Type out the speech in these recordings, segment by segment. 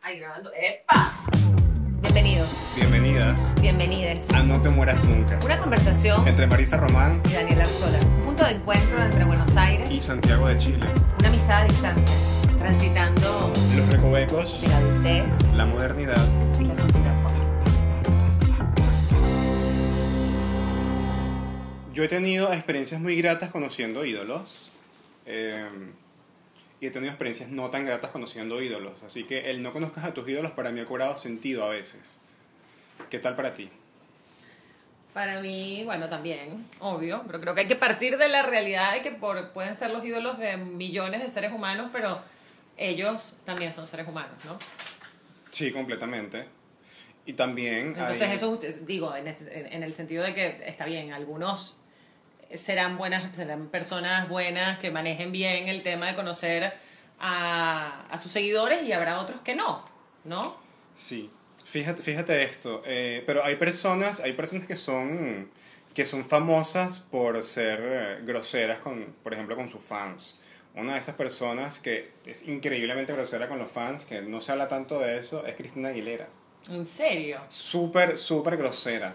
Ay, grabando. ¡Epa! Bienvenidos. Bienvenidas Bienvenides. a No Te Mueras Nunca. Una conversación Entre Marisa Román y Daniela Arzola. Un punto de encuentro entre Buenos Aires y Santiago de Chile. una amistad a distancia. Transitando Los recovecos, de la adultez la modernidad. y la cultura pop. Yo he tenido experiencias muy gratas conociendo ídolos. Y he tenido experiencias no tan gratas conociendo ídolos. Así que el no conozcas a tus ídolos para mí ha cobrado sentido a veces. ¿Qué tal para ti? Para mí, bueno, también, obvio, pero creo que hay que partir de la realidad de que pueden ser los ídolos de millones de seres humanos, pero ellos también son seres humanos, ¿no? Sí, completamente. Y también Entonces eso, digo, en el sentido de que está bien, algunos serán personas buenas que manejen bien el tema de conocer a sus seguidores y habrá otros que no, ¿no? Sí, fíjate esto, pero hay personas que son famosas por ser groseras por ejemplo, con sus fans. Una de esas personas que es increíblemente grosera con los fans, que no se habla tanto de eso, es Cristina Aguilera. ¿En serio? Súper grosera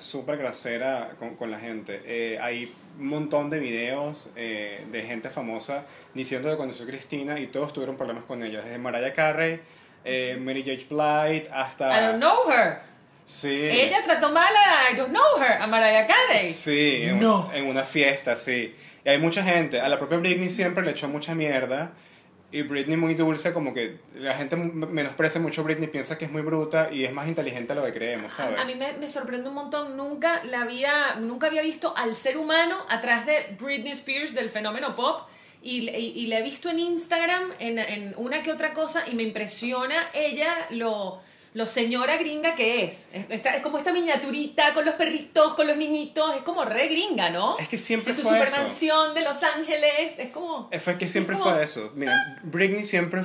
con la gente. Hay un montón de videos de gente famosa diciendo que conoció a Cristina y todos tuvieron problemas con ella, desde Mariah Carey, Mary J. Blige, hasta... I don't know her. Sí. Ella trató mal a I don't know her, a Mariah Carey. Sí, en una fiesta, sí. Y hay mucha gente, a la propia Britney siempre le echó mucha mierda. Y Britney muy dulce, como que la gente menosprecia mucho a Britney, piensa que es muy bruta y es más inteligente de lo que creemos, ¿sabes? A mí me sorprende un montón, nunca había visto al ser humano atrás de Britney Spears, del fenómeno pop, y la he visto en Instagram, en una que otra cosa, y me impresiona ella lo señora gringa que es. Es como esta miniaturita con los perritos, con los niñitos, es como re gringa, ¿no? Es que siempre en su fue eso. supermansión de Los Ángeles, es como... Fue que siempre fue eso. Mira, Britney siempre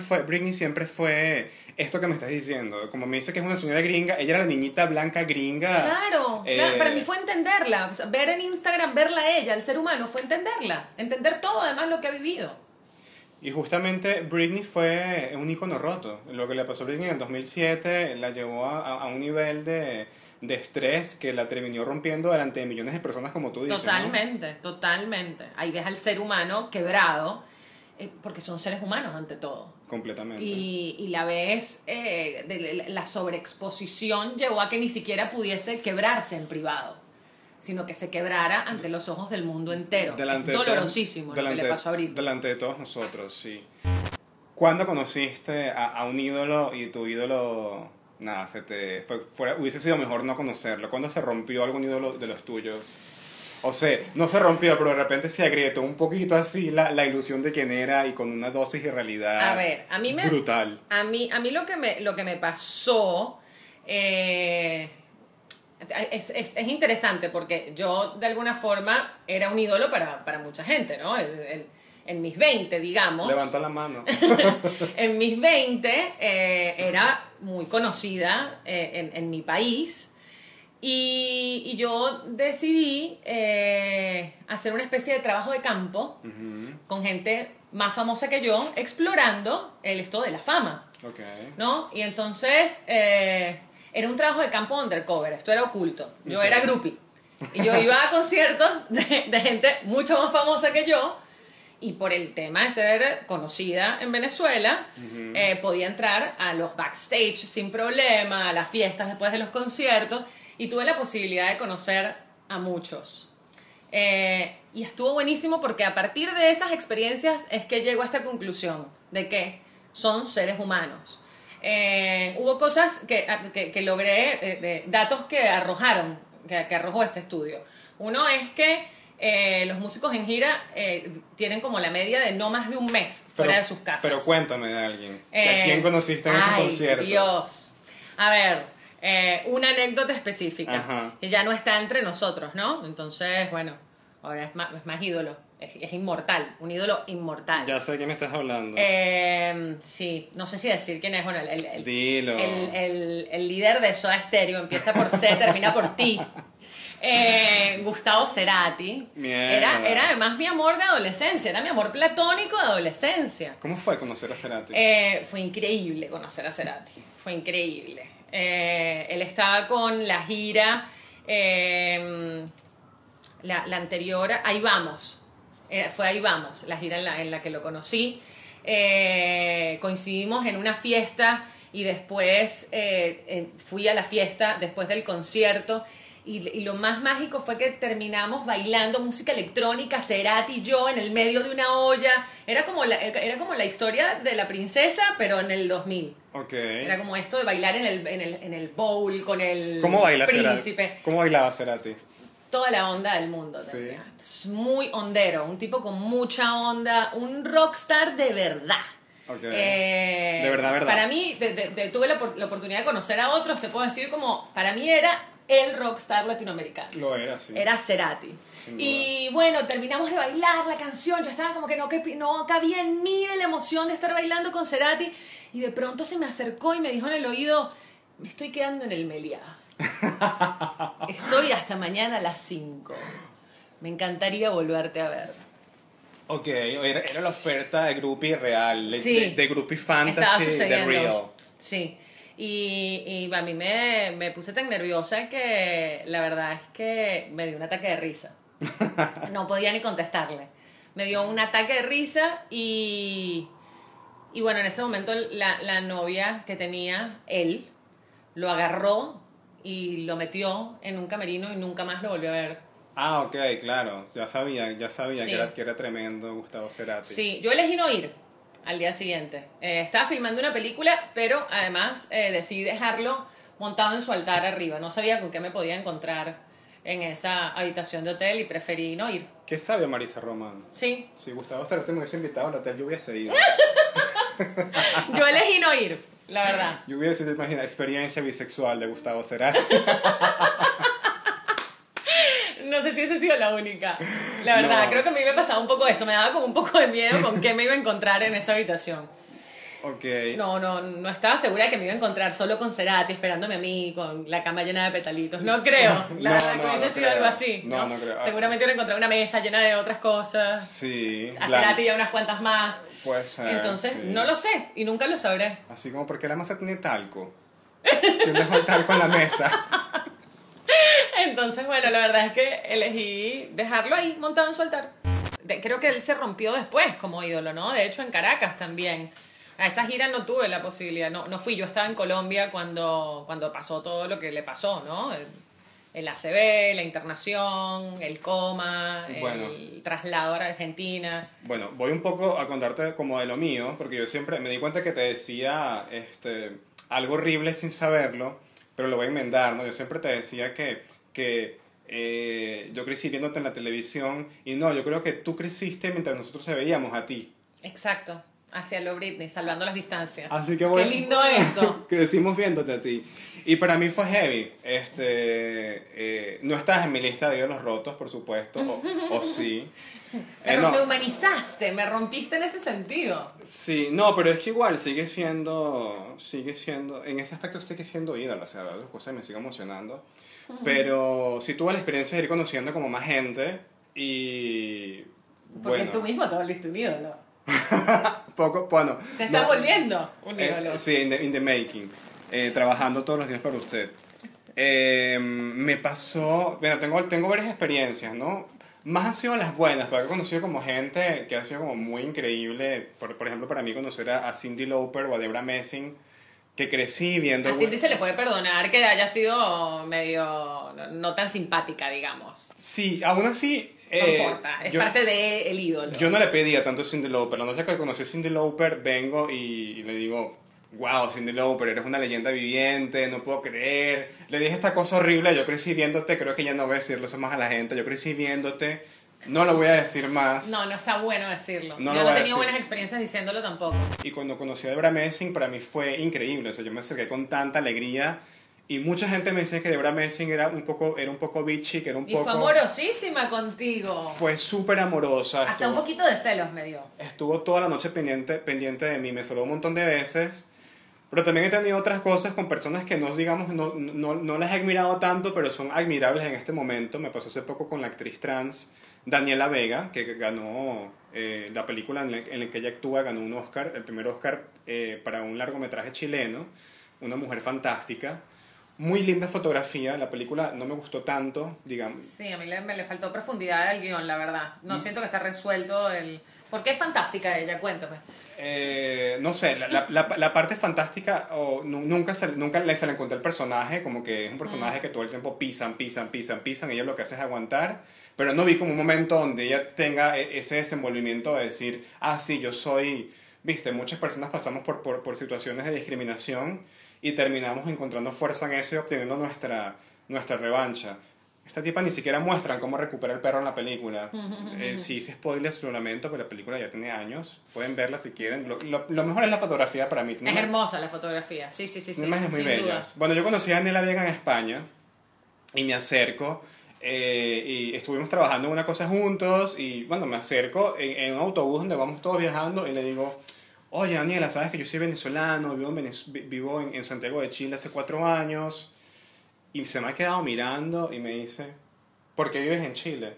fue esto que me estás diciendo. Como me dice que es una señora gringa, ella era la niñita blanca gringa. Claro, para mí fue entenderla. O sea, ver en Instagram, verla a ella, el ser humano, fue entenderla. Entender todo, además, lo que ha vivido. Y justamente Britney fue un icono roto. Lo que le pasó a Britney en el 2007 la llevó a un nivel de estrés que la terminó rompiendo delante de millones de personas, como tú dices. Totalmente, ¿no? Totalmente. Ahí ves al ser humano quebrado, porque son seres humanos ante todo. Completamente. Y la ves, la sobreexposición llevó a que ni siquiera pudiese quebrarse en privado, sino que se quebrara ante los ojos del mundo entero. Es dolorosísimo lo que le pasó a Britney. Delante de todos nosotros, sí. ¿Cuándo conociste a un ídolo y tu ídolo, nada, hubiese sido mejor no conocerlo? ¿Cuándo se rompió algún ídolo de los tuyos? O sea, no se rompió, pero de repente se agrietó un poquito así la ilusión de quién era y con una dosis de realidad. A ver, brutal. A mí lo que me pasó... Es interesante porque yo de alguna forma era un ídolo para mucha gente, ¿no? En mis 20, digamos. Levanta la mano. En mis 20 era muy conocida en mi país y yo decidí hacer una especie de trabajo de campo con gente más famosa que yo, explorando esto de la fama. Okay. ¿No? Y entonces... era un trabajo de campo undercover, esto era oculto. Yo era groupie. Y yo iba a conciertos de gente mucho más famosa que yo. Y por el tema de ser conocida en Venezuela, podía entrar a los backstage sin problema, a las fiestas después de los conciertos. Y tuve la posibilidad de conocer a muchos. Y estuvo buenísimo porque a partir de esas experiencias es que llego a esta conclusión de que son seres humanos. Hubo cosas que logré, datos que arrojó este estudio. Uno es que los músicos en gira tienen como la media de no más de un mes fuera de sus casas. Pero cuéntame de alguien. ¿A quién conociste en ese concierto? Dios. A ver, una anécdota específica. Ajá. Que ya no está entre nosotros, ¿no? Entonces, bueno, ahora es más ídolo. Es inmortal, un ídolo inmortal. Ya sé de quién me estás hablando. Sí, no sé si decir quién es. Bueno, Dilo. El líder de Soda Stereo empieza por C, termina por T. Gustavo Cerati. Era además mi amor de adolescencia, era mi amor platónico de adolescencia. ¿Cómo fue conocer a Cerati? Fue increíble conocer a Cerati. Fue increíble. Él estaba con la gira, la anterior, Ahí Vamos. Fue Ahí Vamos, la gira en la que lo conocí. Coincidimos en una fiesta y después fui a la fiesta después del concierto. Y lo más mágico fue que terminamos bailando música electrónica, Cerati y yo, en el medio de una olla. Era como la historia de la princesa, pero en el 2000. Okay. Era como esto de bailar en el bowl con el ¿Cómo baila príncipe. Cerati? ¿Cómo bailaba Cerati? Toda la onda del mundo. Sí. Es muy ondero, un tipo con mucha onda, un rockstar de verdad. Okay. De verdad. Para mí, tuve la oportunidad de conocer a otros, te puedo decir como, para mí era el rockstar latinoamericano. Lo era, sí. Era Cerati. Y bueno, terminamos de bailar la canción, yo estaba como que no cabía en mí de la emoción de estar bailando con Cerati, y de pronto se me acercó y me dijo en el oído, me estoy quedando en el Meliá. Estoy hasta mañana a las 5. Me encantaría volverte a ver. Ok, era la oferta de groupie real, Sí. de groupie Estaba fantasy, de sucediendo. real. Sí. Y a mí me puse tan nerviosa que la verdad es que me dio un ataque de risa. No podía ni contestarle. Me dio un ataque de risa y bueno, en ese momento la novia que tenía él lo agarró y lo metió en un camerino y nunca más lo volvió a ver. Ah, ok, claro. Ya sabía Sí. que era tremendo Gustavo Cerati. Sí, yo elegí no ir al día siguiente. Estaba filmando una película, pero además decidí dejarlo montado en su altar arriba. No sabía con qué me podía encontrar en esa habitación de hotel y preferí no ir. ¿Qué sabe Marisa Román? Sí, Si Gustavo Cerati me hubiese invitado al hotel, yo hubiese ido. yo elegí no ir, la verdad. Yo hubiese ido, imagina, experiencia bisexual de Gustavo Cerati. No sé si esa ha sido la única. La verdad, No. creo que a mí me pasaba un poco eso. Me daba como un poco de miedo con qué me iba a encontrar en esa habitación. Ok. No estaba segura de que me iba a encontrar solo con Cerati, esperándome a mí, con la cama llena de petalitos. No creo. La No, verdad que no, hubiese no sido creo. algo así. No, no creo. Seguramente hubiera encontrado una mesa llena de otras cosas. Sí. A Cerati y a unas cuantas más. Puede ser. Entonces, sí. no lo sé y nunca lo sabré. Así como, ¿por qué la mesa tiene talco? ¿Quién dejó el talco en la mesa? Entonces, bueno, la verdad es que elegí dejarlo ahí, montado en su altar. Creo que él se rompió después como ídolo, ¿no? De hecho, en Caracas también. A esa gira no tuve la posibilidad, no fui. Yo estaba en Colombia cuando pasó todo lo que le pasó, ¿no? El ACV, la internación, el coma, Bueno. el traslado a Argentina. Bueno, voy un poco a contarte como de lo mío, porque yo siempre me di cuenta que te decía algo horrible sin saberlo, pero lo voy a enmendar, ¿no? Yo siempre te decía que yo crecí viéndote en la televisión y no, yo creo que tú creciste mientras nosotros te veíamos a ti. Exacto, hacia lo Britney, salvando las distancias. Así que bueno, Qué lindo eso. crecimos viéndote a ti. Y para mí fue heavy. No estás en mi lista de ídolos rotos, por supuesto, o sí. Me No. humanizaste, me rompiste en ese sentido. Sí, no, pero es que igual sigue siendo, en ese aspecto sigue siendo ídolo, o sea, las dos cosas me siguen emocionando. Pero sí tuve la experiencia de ir conociendo como más gente y Porque bueno, tú mismo te volviste un ídolo. bueno. Te estás no, volviendo un ídolo. sí, in the making, trabajando todos los días para usted. Me pasó, bueno, tengo varias experiencias, ¿no? Más han sido las buenas, porque he conocido como gente que ha sido como muy increíble. Por ejemplo, para mí conocer a Cyndi Lauper o a Debra Messing, que crecí viendo... A Cindy se le puede perdonar que haya sido medio no tan simpática, digamos. Sí, aún así... No importa, es parte del ídolo. Yo no le pedía tanto a Cyndi Lauper. La noche que conocí a Cyndi Lauper, vengo y le digo... Wow, Cyndi Lauper, eres una leyenda viviente, no puedo creer. Le dije esta cosa horrible, yo crecí viéndote, creo que ya no voy a decirlo eso más a la gente, yo crecí viéndote, no lo voy a decir más. No está bueno decirlo. No Yo lo no he voy a tenido decir. buenas experiencias diciéndolo tampoco. Y cuando conocí a Debra Messing, para mí fue increíble, o sea, yo me acerqué con tanta alegría y mucha gente me decía que Debra Messing era un poco bitchy, que era un Y poco... fue amorosísima contigo. Fue súper amorosa. Hasta un poquito de celos me dio. Estuvo toda la noche pendiente de mí, me saludó un montón de veces. Pero también he tenido otras cosas con personas que no las he admirado tanto, pero son admirables en este momento. Me pasó hace poco con la actriz trans Daniela Vega, que ganó la película en la que ella actúa, ganó un Oscar, el primer Oscar para un largometraje chileno. una mujer fantástica. Muy linda fotografía, la película no me gustó tanto, digamos. Sí, a mí me le faltó profundidad al guión, la verdad. No siento que está resuelto el... ¿Por qué es fantástica ella? Cuéntame. No sé, la parte fantástica nunca se le encontré el personaje, como que es un personaje que todo el tiempo pisan, ella lo que hace es aguantar, pero no vi como un momento donde ella tenga ese desenvolvimiento de decir, ah, sí, yo soy, viste, muchas personas pasamos por situaciones de discriminación y terminamos encontrando fuerza en eso y obteniendo nuestra revancha. Esta tipa ni siquiera muestran cómo recupera el perro en la película. Sí hice spoilers, lo lamento, pero la película ya tiene años. Pueden verla si quieren. Lo mejor es la fotografía para mí. Es hermosa la fotografía, sí. Imágenes muy sin bellas. duda. Bueno, yo conocí a Daniela Vega en España y me acerco y estuvimos trabajando en una cosa juntos y bueno, me acerco en un autobús donde vamos todos viajando y le digo, oye Daniela, sabes que yo soy venezolano, vivo en Santiago de Chile hace 4 años. Y se me ha quedado mirando y me dice, ¿por qué vives en Chile?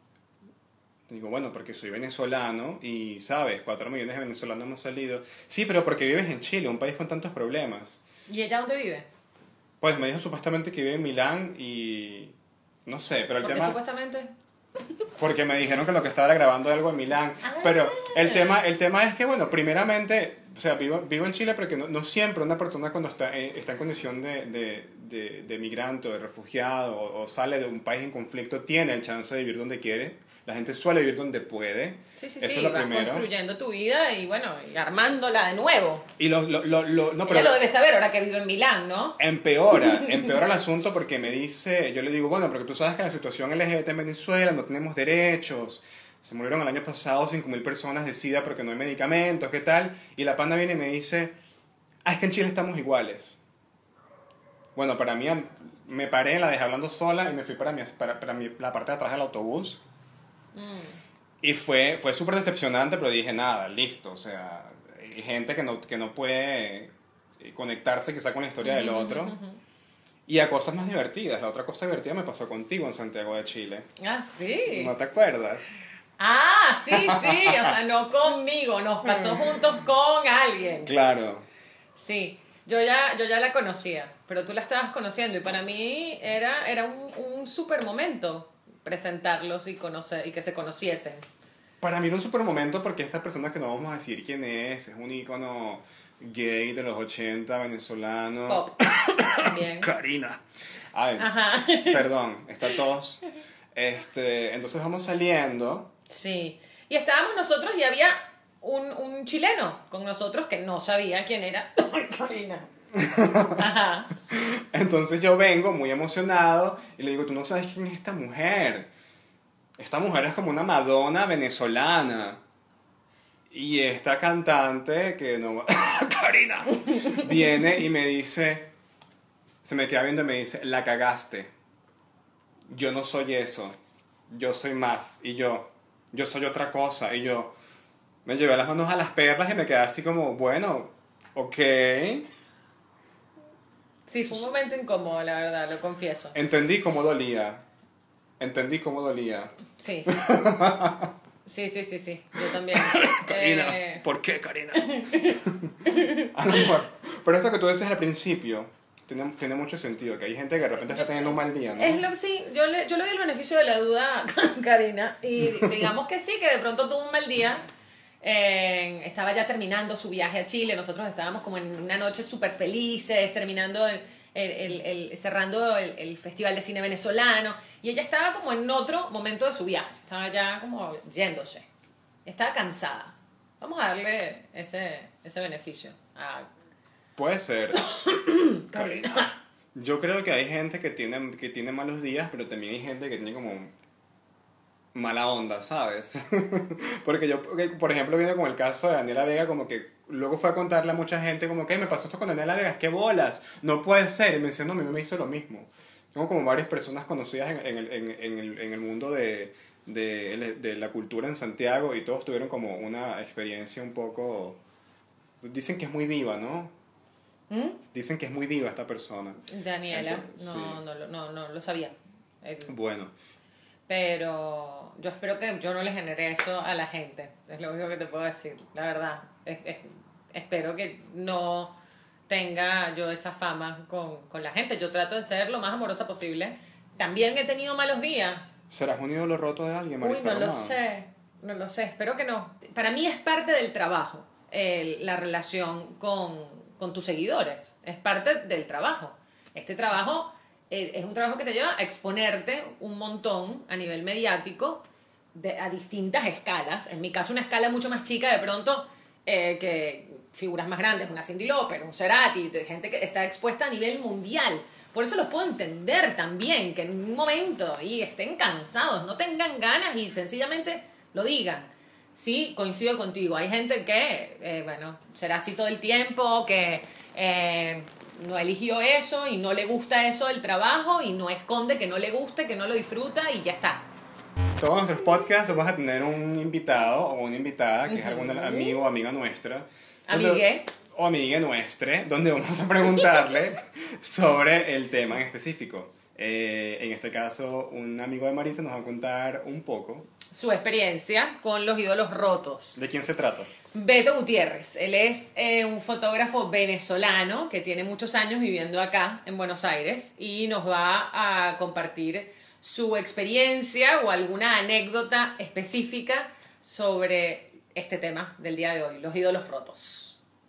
Digo, bueno, porque soy venezolano y, ¿sabes? 4 millones de venezolanos hemos salido. Sí, pero porque vives en Chile, un país con tantos problemas. ¿Y ella dónde vive? Pues me dijo supuestamente que vive en Milán y... No sé, pero el ¿Por qué tema... supuestamente? Porque me dijeron que lo que estaba era grabando algo en Milán. Pero el tema es que, bueno, primeramente, o sea, vivo en Chile, pero que no siempre una persona cuando está en condición de migrante o de refugiado o sale de un país en conflicto tiene el chance de vivir donde quiere. La gente suele vivir donde puede. Sí, Eso es lo vas primero. construyendo tu vida y bueno, y armándola de nuevo. Y no, Ella pero lo debe saber ahora que vive en Milán, ¿no? empeora el asunto porque me dice, yo le digo, bueno, porque tú sabes que la situación LGBT en Venezuela no tenemos derechos, se murieron el año pasado 5.000 personas de SIDA porque no hay medicamentos, ¿qué tal? Y la pana viene y me dice, ah, es que en Chile estamos iguales. Bueno, para mí, me paré, la dejé hablando sola y me fui para la parte de atrás del autobús. Y fue súper decepcionante, pero dije, nada, listo, o sea, hay gente que no puede conectarse quizá con la historia del otro. Y a cosas más divertidas. La otra cosa divertida me pasó contigo en Santiago de Chile. Ah, sí. ¿No te acuerdas? Ah, sí, o sea, no conmigo, nos pasó juntos con alguien. Claro. Sí, yo ya la conocía, pero tú la estabas conociendo y para mí era un súper momento presentarlos y conocer y que se conociesen. Para mí era un super momento porque esta persona que no vamos a decir quién es un ícono gay de los 80, venezolano. Pop. Bien. Karina. Ay, Ajá. perdón, está tos. Entonces vamos saliendo. Sí. Y estábamos nosotros y había un chileno con nosotros que no sabía quién era. Karina. Ajá. Entonces yo vengo muy emocionado y le digo, tú no sabes quién es esta mujer. Esta mujer es como una Madonna venezolana. Y esta cantante que no... Karina. Viene y me dice... Se me queda viendo y me dice, la cagaste. Yo no soy eso. Yo soy más. Y yo soy otra cosa. Y yo me llevé las manos a las perlas y me quedé así como, bueno, ok. Sí, fue un momento incómodo, la verdad, lo confieso. Entendí cómo dolía. Sí. Sí. Yo también. Karina, ¿por qué, Karina? A lo mejor. Pero esto que tú dices al principio tiene mucho sentido, que hay gente que de repente está teniendo un mal día, ¿no? Sí, yo le doy el beneficio de la duda a Karina y digamos que sí, que de pronto tuvo un mal día. Estaba ya terminando su viaje a Chile, nosotros estábamos como en una noche súper felices, terminando cerrando el Festival de Cine Venezolano, y ella estaba como en otro momento de su viaje, estaba ya como yéndose, estaba cansada. Vamos a darle ese beneficio a Puede ser. Karina. Yo creo que hay gente que tiene malos días, pero también hay gente que tiene como mala onda, ¿sabes? Porque yo, por ejemplo, viendo con el caso de Daniela Vega, como que luego fue a contarle a mucha gente como que me pasó esto con Daniela Vega, qué bolas, no puede ser. Y me decía, no, a mí me hizo lo mismo. Tengo como varias personas conocidas en el mundo de la cultura en Santiago y todos tuvieron como una experiencia un poco... Dicen que es muy diva, ¿no? Dicen que es muy diva esta persona. Daniela. Entonces, no lo sabía. Bueno. Pero yo espero que yo no le genere eso a la gente. Es lo único que te puedo decir, la verdad. Espero que no tenga yo esa fama con la gente. Yo trato de ser lo más amorosa posible. También he tenido malos días. ¿Serás un ídolo roto de alguien, Marisa Uy, no lo Román? sé, no lo sé, espero que no. Para mí es parte del trabajo, la relación con tus seguidores, es parte del trabajo. Este trabajo es un trabajo que te lleva a exponerte un montón a nivel mediático a distintas escalas. En mi caso, una escala mucho más chica, de pronto, que figuras más grandes, una Cyndi Lauper, un Cerati, gente que está expuesta a nivel mundial. Por eso los puedo entender también, que en un momento y estén cansados, no tengan ganas y sencillamente lo digan. Sí, coincido contigo. Hay gente que, bueno, será así todo el tiempo, que no eligió eso y no le gusta eso del trabajo y no esconde que no le guste, que no lo disfruta y ya está. Todos nuestros podcasts vamos a tener un invitado o una invitada que es algún amigo o amiga nuestra. Amigue. O amiga nuestra, donde vamos a preguntarle sobre el tema en específico. En este caso, un amigo de Marisa nos va a contar un poco. Su experiencia con los ídolos rotos. ¿De quién se trata? Beto Gutiérrez. Él es un fotógrafo venezolano que tiene muchos años viviendo acá en Buenos Aires y nos va a compartir su experiencia o alguna anécdota específica sobre este tema del día de hoy, los ídolos rotos.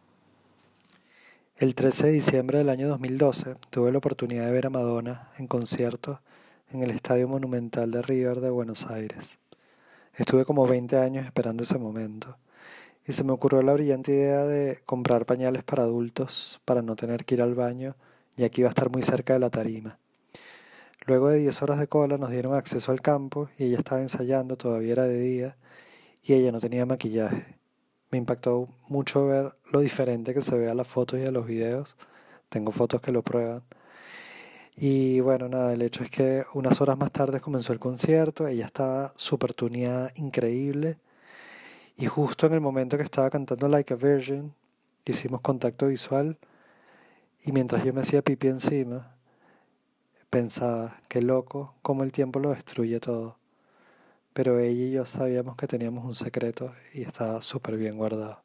El 13 de diciembre del año 2012 tuve la oportunidad de ver a Madonna en concierto en el Estadio Monumental de River de Buenos Aires. Estuve como 20 años esperando ese momento y se me ocurrió la brillante idea de comprar pañales para adultos para no tener que ir al baño, ya que iba a estar muy cerca de la tarima. Luego de 10 horas de cola nos dieron acceso al campo y ella estaba ensayando, todavía era de día y ella no tenía maquillaje. Me impactó mucho ver lo diferente que se ve a las fotos y a los videos. Tengo fotos que lo prueban. Y bueno, nada, el hecho es que unas horas más tarde comenzó el concierto. Ella estaba súper tuneada, increíble. Y justo en el momento que estaba cantando Like a Virgin, hicimos contacto visual. Y mientras yo me hacía pipí encima, pensaba, qué loco, cómo el tiempo lo destruye todo. Pero ella y yo sabíamos que teníamos un secreto y estaba súper bien guardado.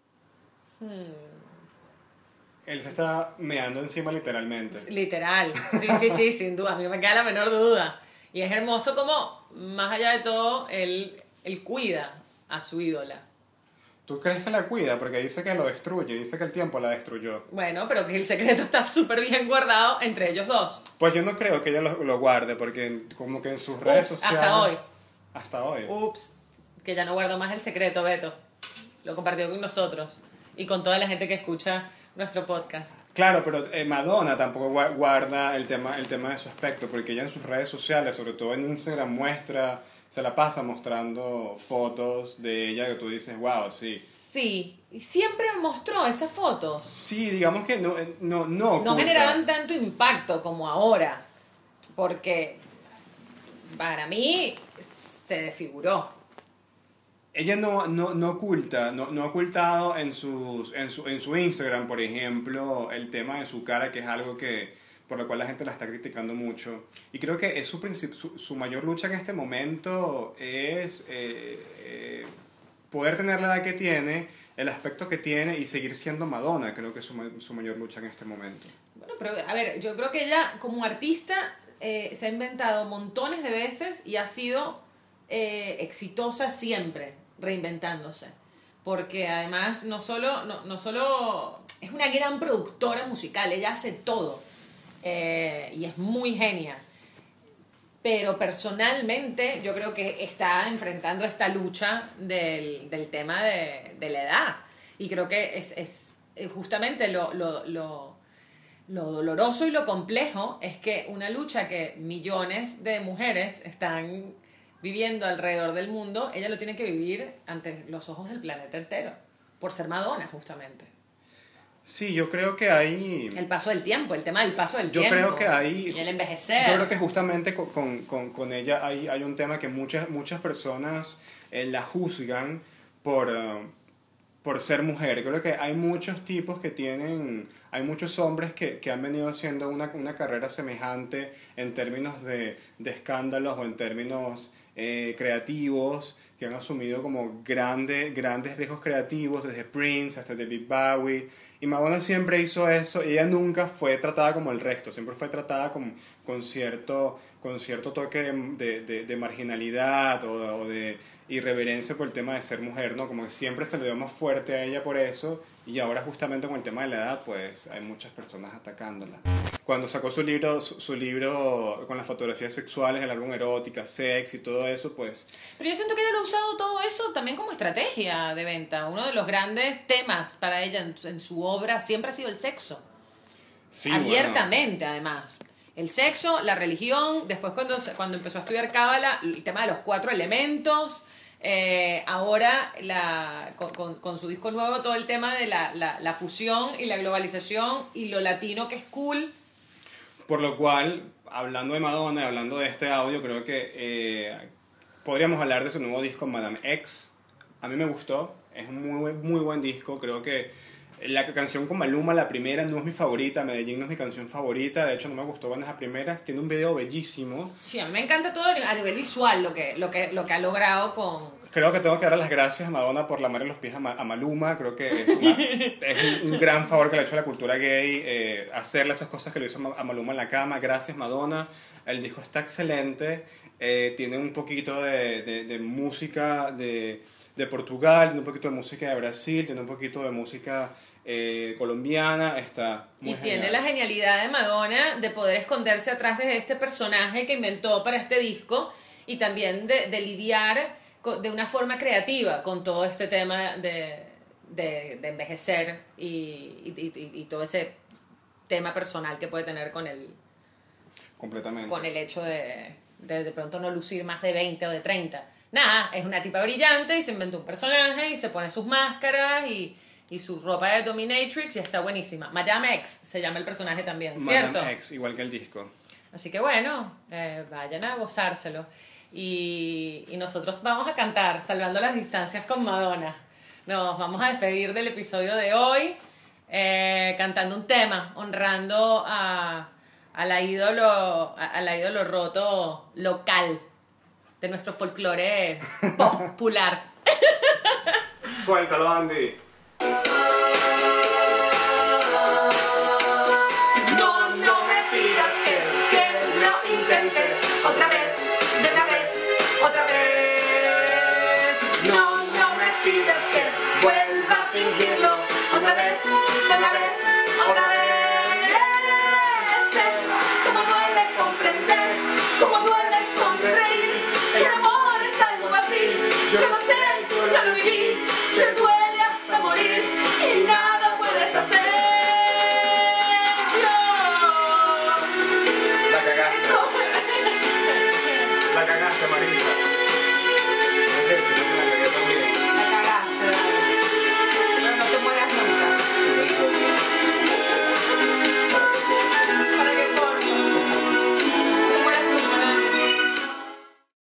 Él se está meando encima literalmente. Literal, sí, sin duda, a mí no me queda la menor duda. Y es hermoso como, más allá de todo, él cuida a su ídola. ¿Tú crees que la cuida? Porque dice que lo destruye, dice que el tiempo la destruyó. Bueno, pero que el secreto está súper bien guardado entre ellos dos. Pues yo no creo que ella lo guarde, porque como que en sus redes sociales... Hasta hoy. Hasta hoy. Ups, que ya no guardo más el secreto, Beto. Lo compartió con nosotros y con toda la gente que escucha nuestro podcast. Claro, pero Madonna tampoco guarda el tema de su aspecto, porque ella en sus redes sociales, sobre todo en Instagram, se la pasa mostrando fotos de ella que tú dices, wow, sí. Sí, y siempre mostró esas fotos. Sí, digamos que no No generaban tanto impacto como ahora, porque para mí se desfiguró. Ella no oculta, no ha ocultado en su Instagram, por ejemplo, el tema de su cara, que es algo por lo cual la gente la está criticando mucho. Y creo que es su mayor lucha en este momento es poder tener la edad que tiene, el aspecto que tiene y seguir siendo Madonna. Creo que es su mayor lucha en este momento. Bueno, pero a ver, yo creo que ella como artista se ha inventado montones de veces y ha sido exitosa siempre, reinventándose. Porque además no solo es una gran productora musical, ella hace todo y es muy genia. Pero personalmente yo creo que está enfrentando esta lucha del tema de la edad. Y creo que es justamente lo doloroso y lo complejo es que una lucha que millones de mujeres están viviendo alrededor del mundo, ella lo tiene que vivir ante los ojos del planeta entero, por ser Madonna, justamente. Sí, yo creo que hay... El paso del tiempo, el tema del paso del tiempo. Yo creo que hay... Y el envejecer. Yo creo que justamente con ella hay un tema que muchas personas la juzgan por ser mujer. Creo que hay muchos tipos que tienen, hay muchos hombres que han venido haciendo una carrera semejante en términos de escándalos o en términos creativos, que han asumido como grandes riesgos creativos, desde Prince hasta David Bowie. Y Madonna siempre hizo eso, y ella nunca fue tratada como el resto, siempre fue tratada con cierto toque de marginalidad o de irreverencia por el tema de ser mujer, ¿no? Como que siempre se le dio más fuerte a ella por eso, y ahora justamente con el tema de la edad, pues hay muchas personas atacándola. Cuando sacó su libro con las fotografías sexuales, el álbum erótica, sex y todo eso, pues... Pero yo siento que ella lo ha usado todo eso también como estrategia de venta. Uno de los grandes temas para ella en su obra siempre ha sido el sexo. Sí, abiertamente, bueno. Además. El sexo, la religión, después cuando empezó a estudiar Cábala, el tema de los 4 elementos, ahora con su disco nuevo todo el tema de la fusión y la globalización y lo latino que es cool. Por lo cual, hablando de Madonna y hablando de este audio, creo que podríamos hablar de su nuevo disco, Madame X. A mí me gustó, es un muy buen disco. Creo que la canción con Maluma, la primera, no es mi favorita. Medellín no es mi canción favorita, de hecho no me gustó Buenas a Primeras. Tiene un video bellísimo. Sí, a mí me encanta todo a nivel visual lo que ha logrado con... Creo que tengo que dar las gracias a Madonna por lamarle los pies a Maluma. Creo que es un gran favor que le ha hecho a la cultura gay, hacerle esas cosas que le hizo a Maluma en la cama. Gracias, Madonna. El disco está excelente. Tiene un poquito de música de Portugal, tiene un poquito de música de Brasil, tiene un poquito de música colombiana. Está muy genial. Tiene la genialidad de Madonna de poder esconderse atrás de este personaje que inventó para este disco, y también de lidiar de una forma creativa con todo este tema de envejecer y todo ese tema personal que puede tener con el hecho de pronto no lucir más de 20 o de 30. Nada, es una tipa brillante y se inventó un personaje y se pone sus máscaras y su ropa de dominatrix y está buenísima. Madame X se llama el personaje también, ¿cierto? Madame X, igual que el disco. Así que bueno, vayan a gozárselo. Y nosotros vamos a cantar Salvando las Distancias con Madonna. Nos vamos a despedir del episodio de hoy cantando un tema honrando a la ídolo roto local de nuestro folclore popular. Suéltalo, Andy. No me pidas que lo intente otra vez, de una vez, otra vez. No me pidas que vuelva a fingirlo otra vez, de una vez, otra vez. Como duele comprender, como duele sonreír. El amor es algo así, yo lo sé, ya lo viví. Te duele hasta morir y nada puedes hacer. La cagaste, Marisa.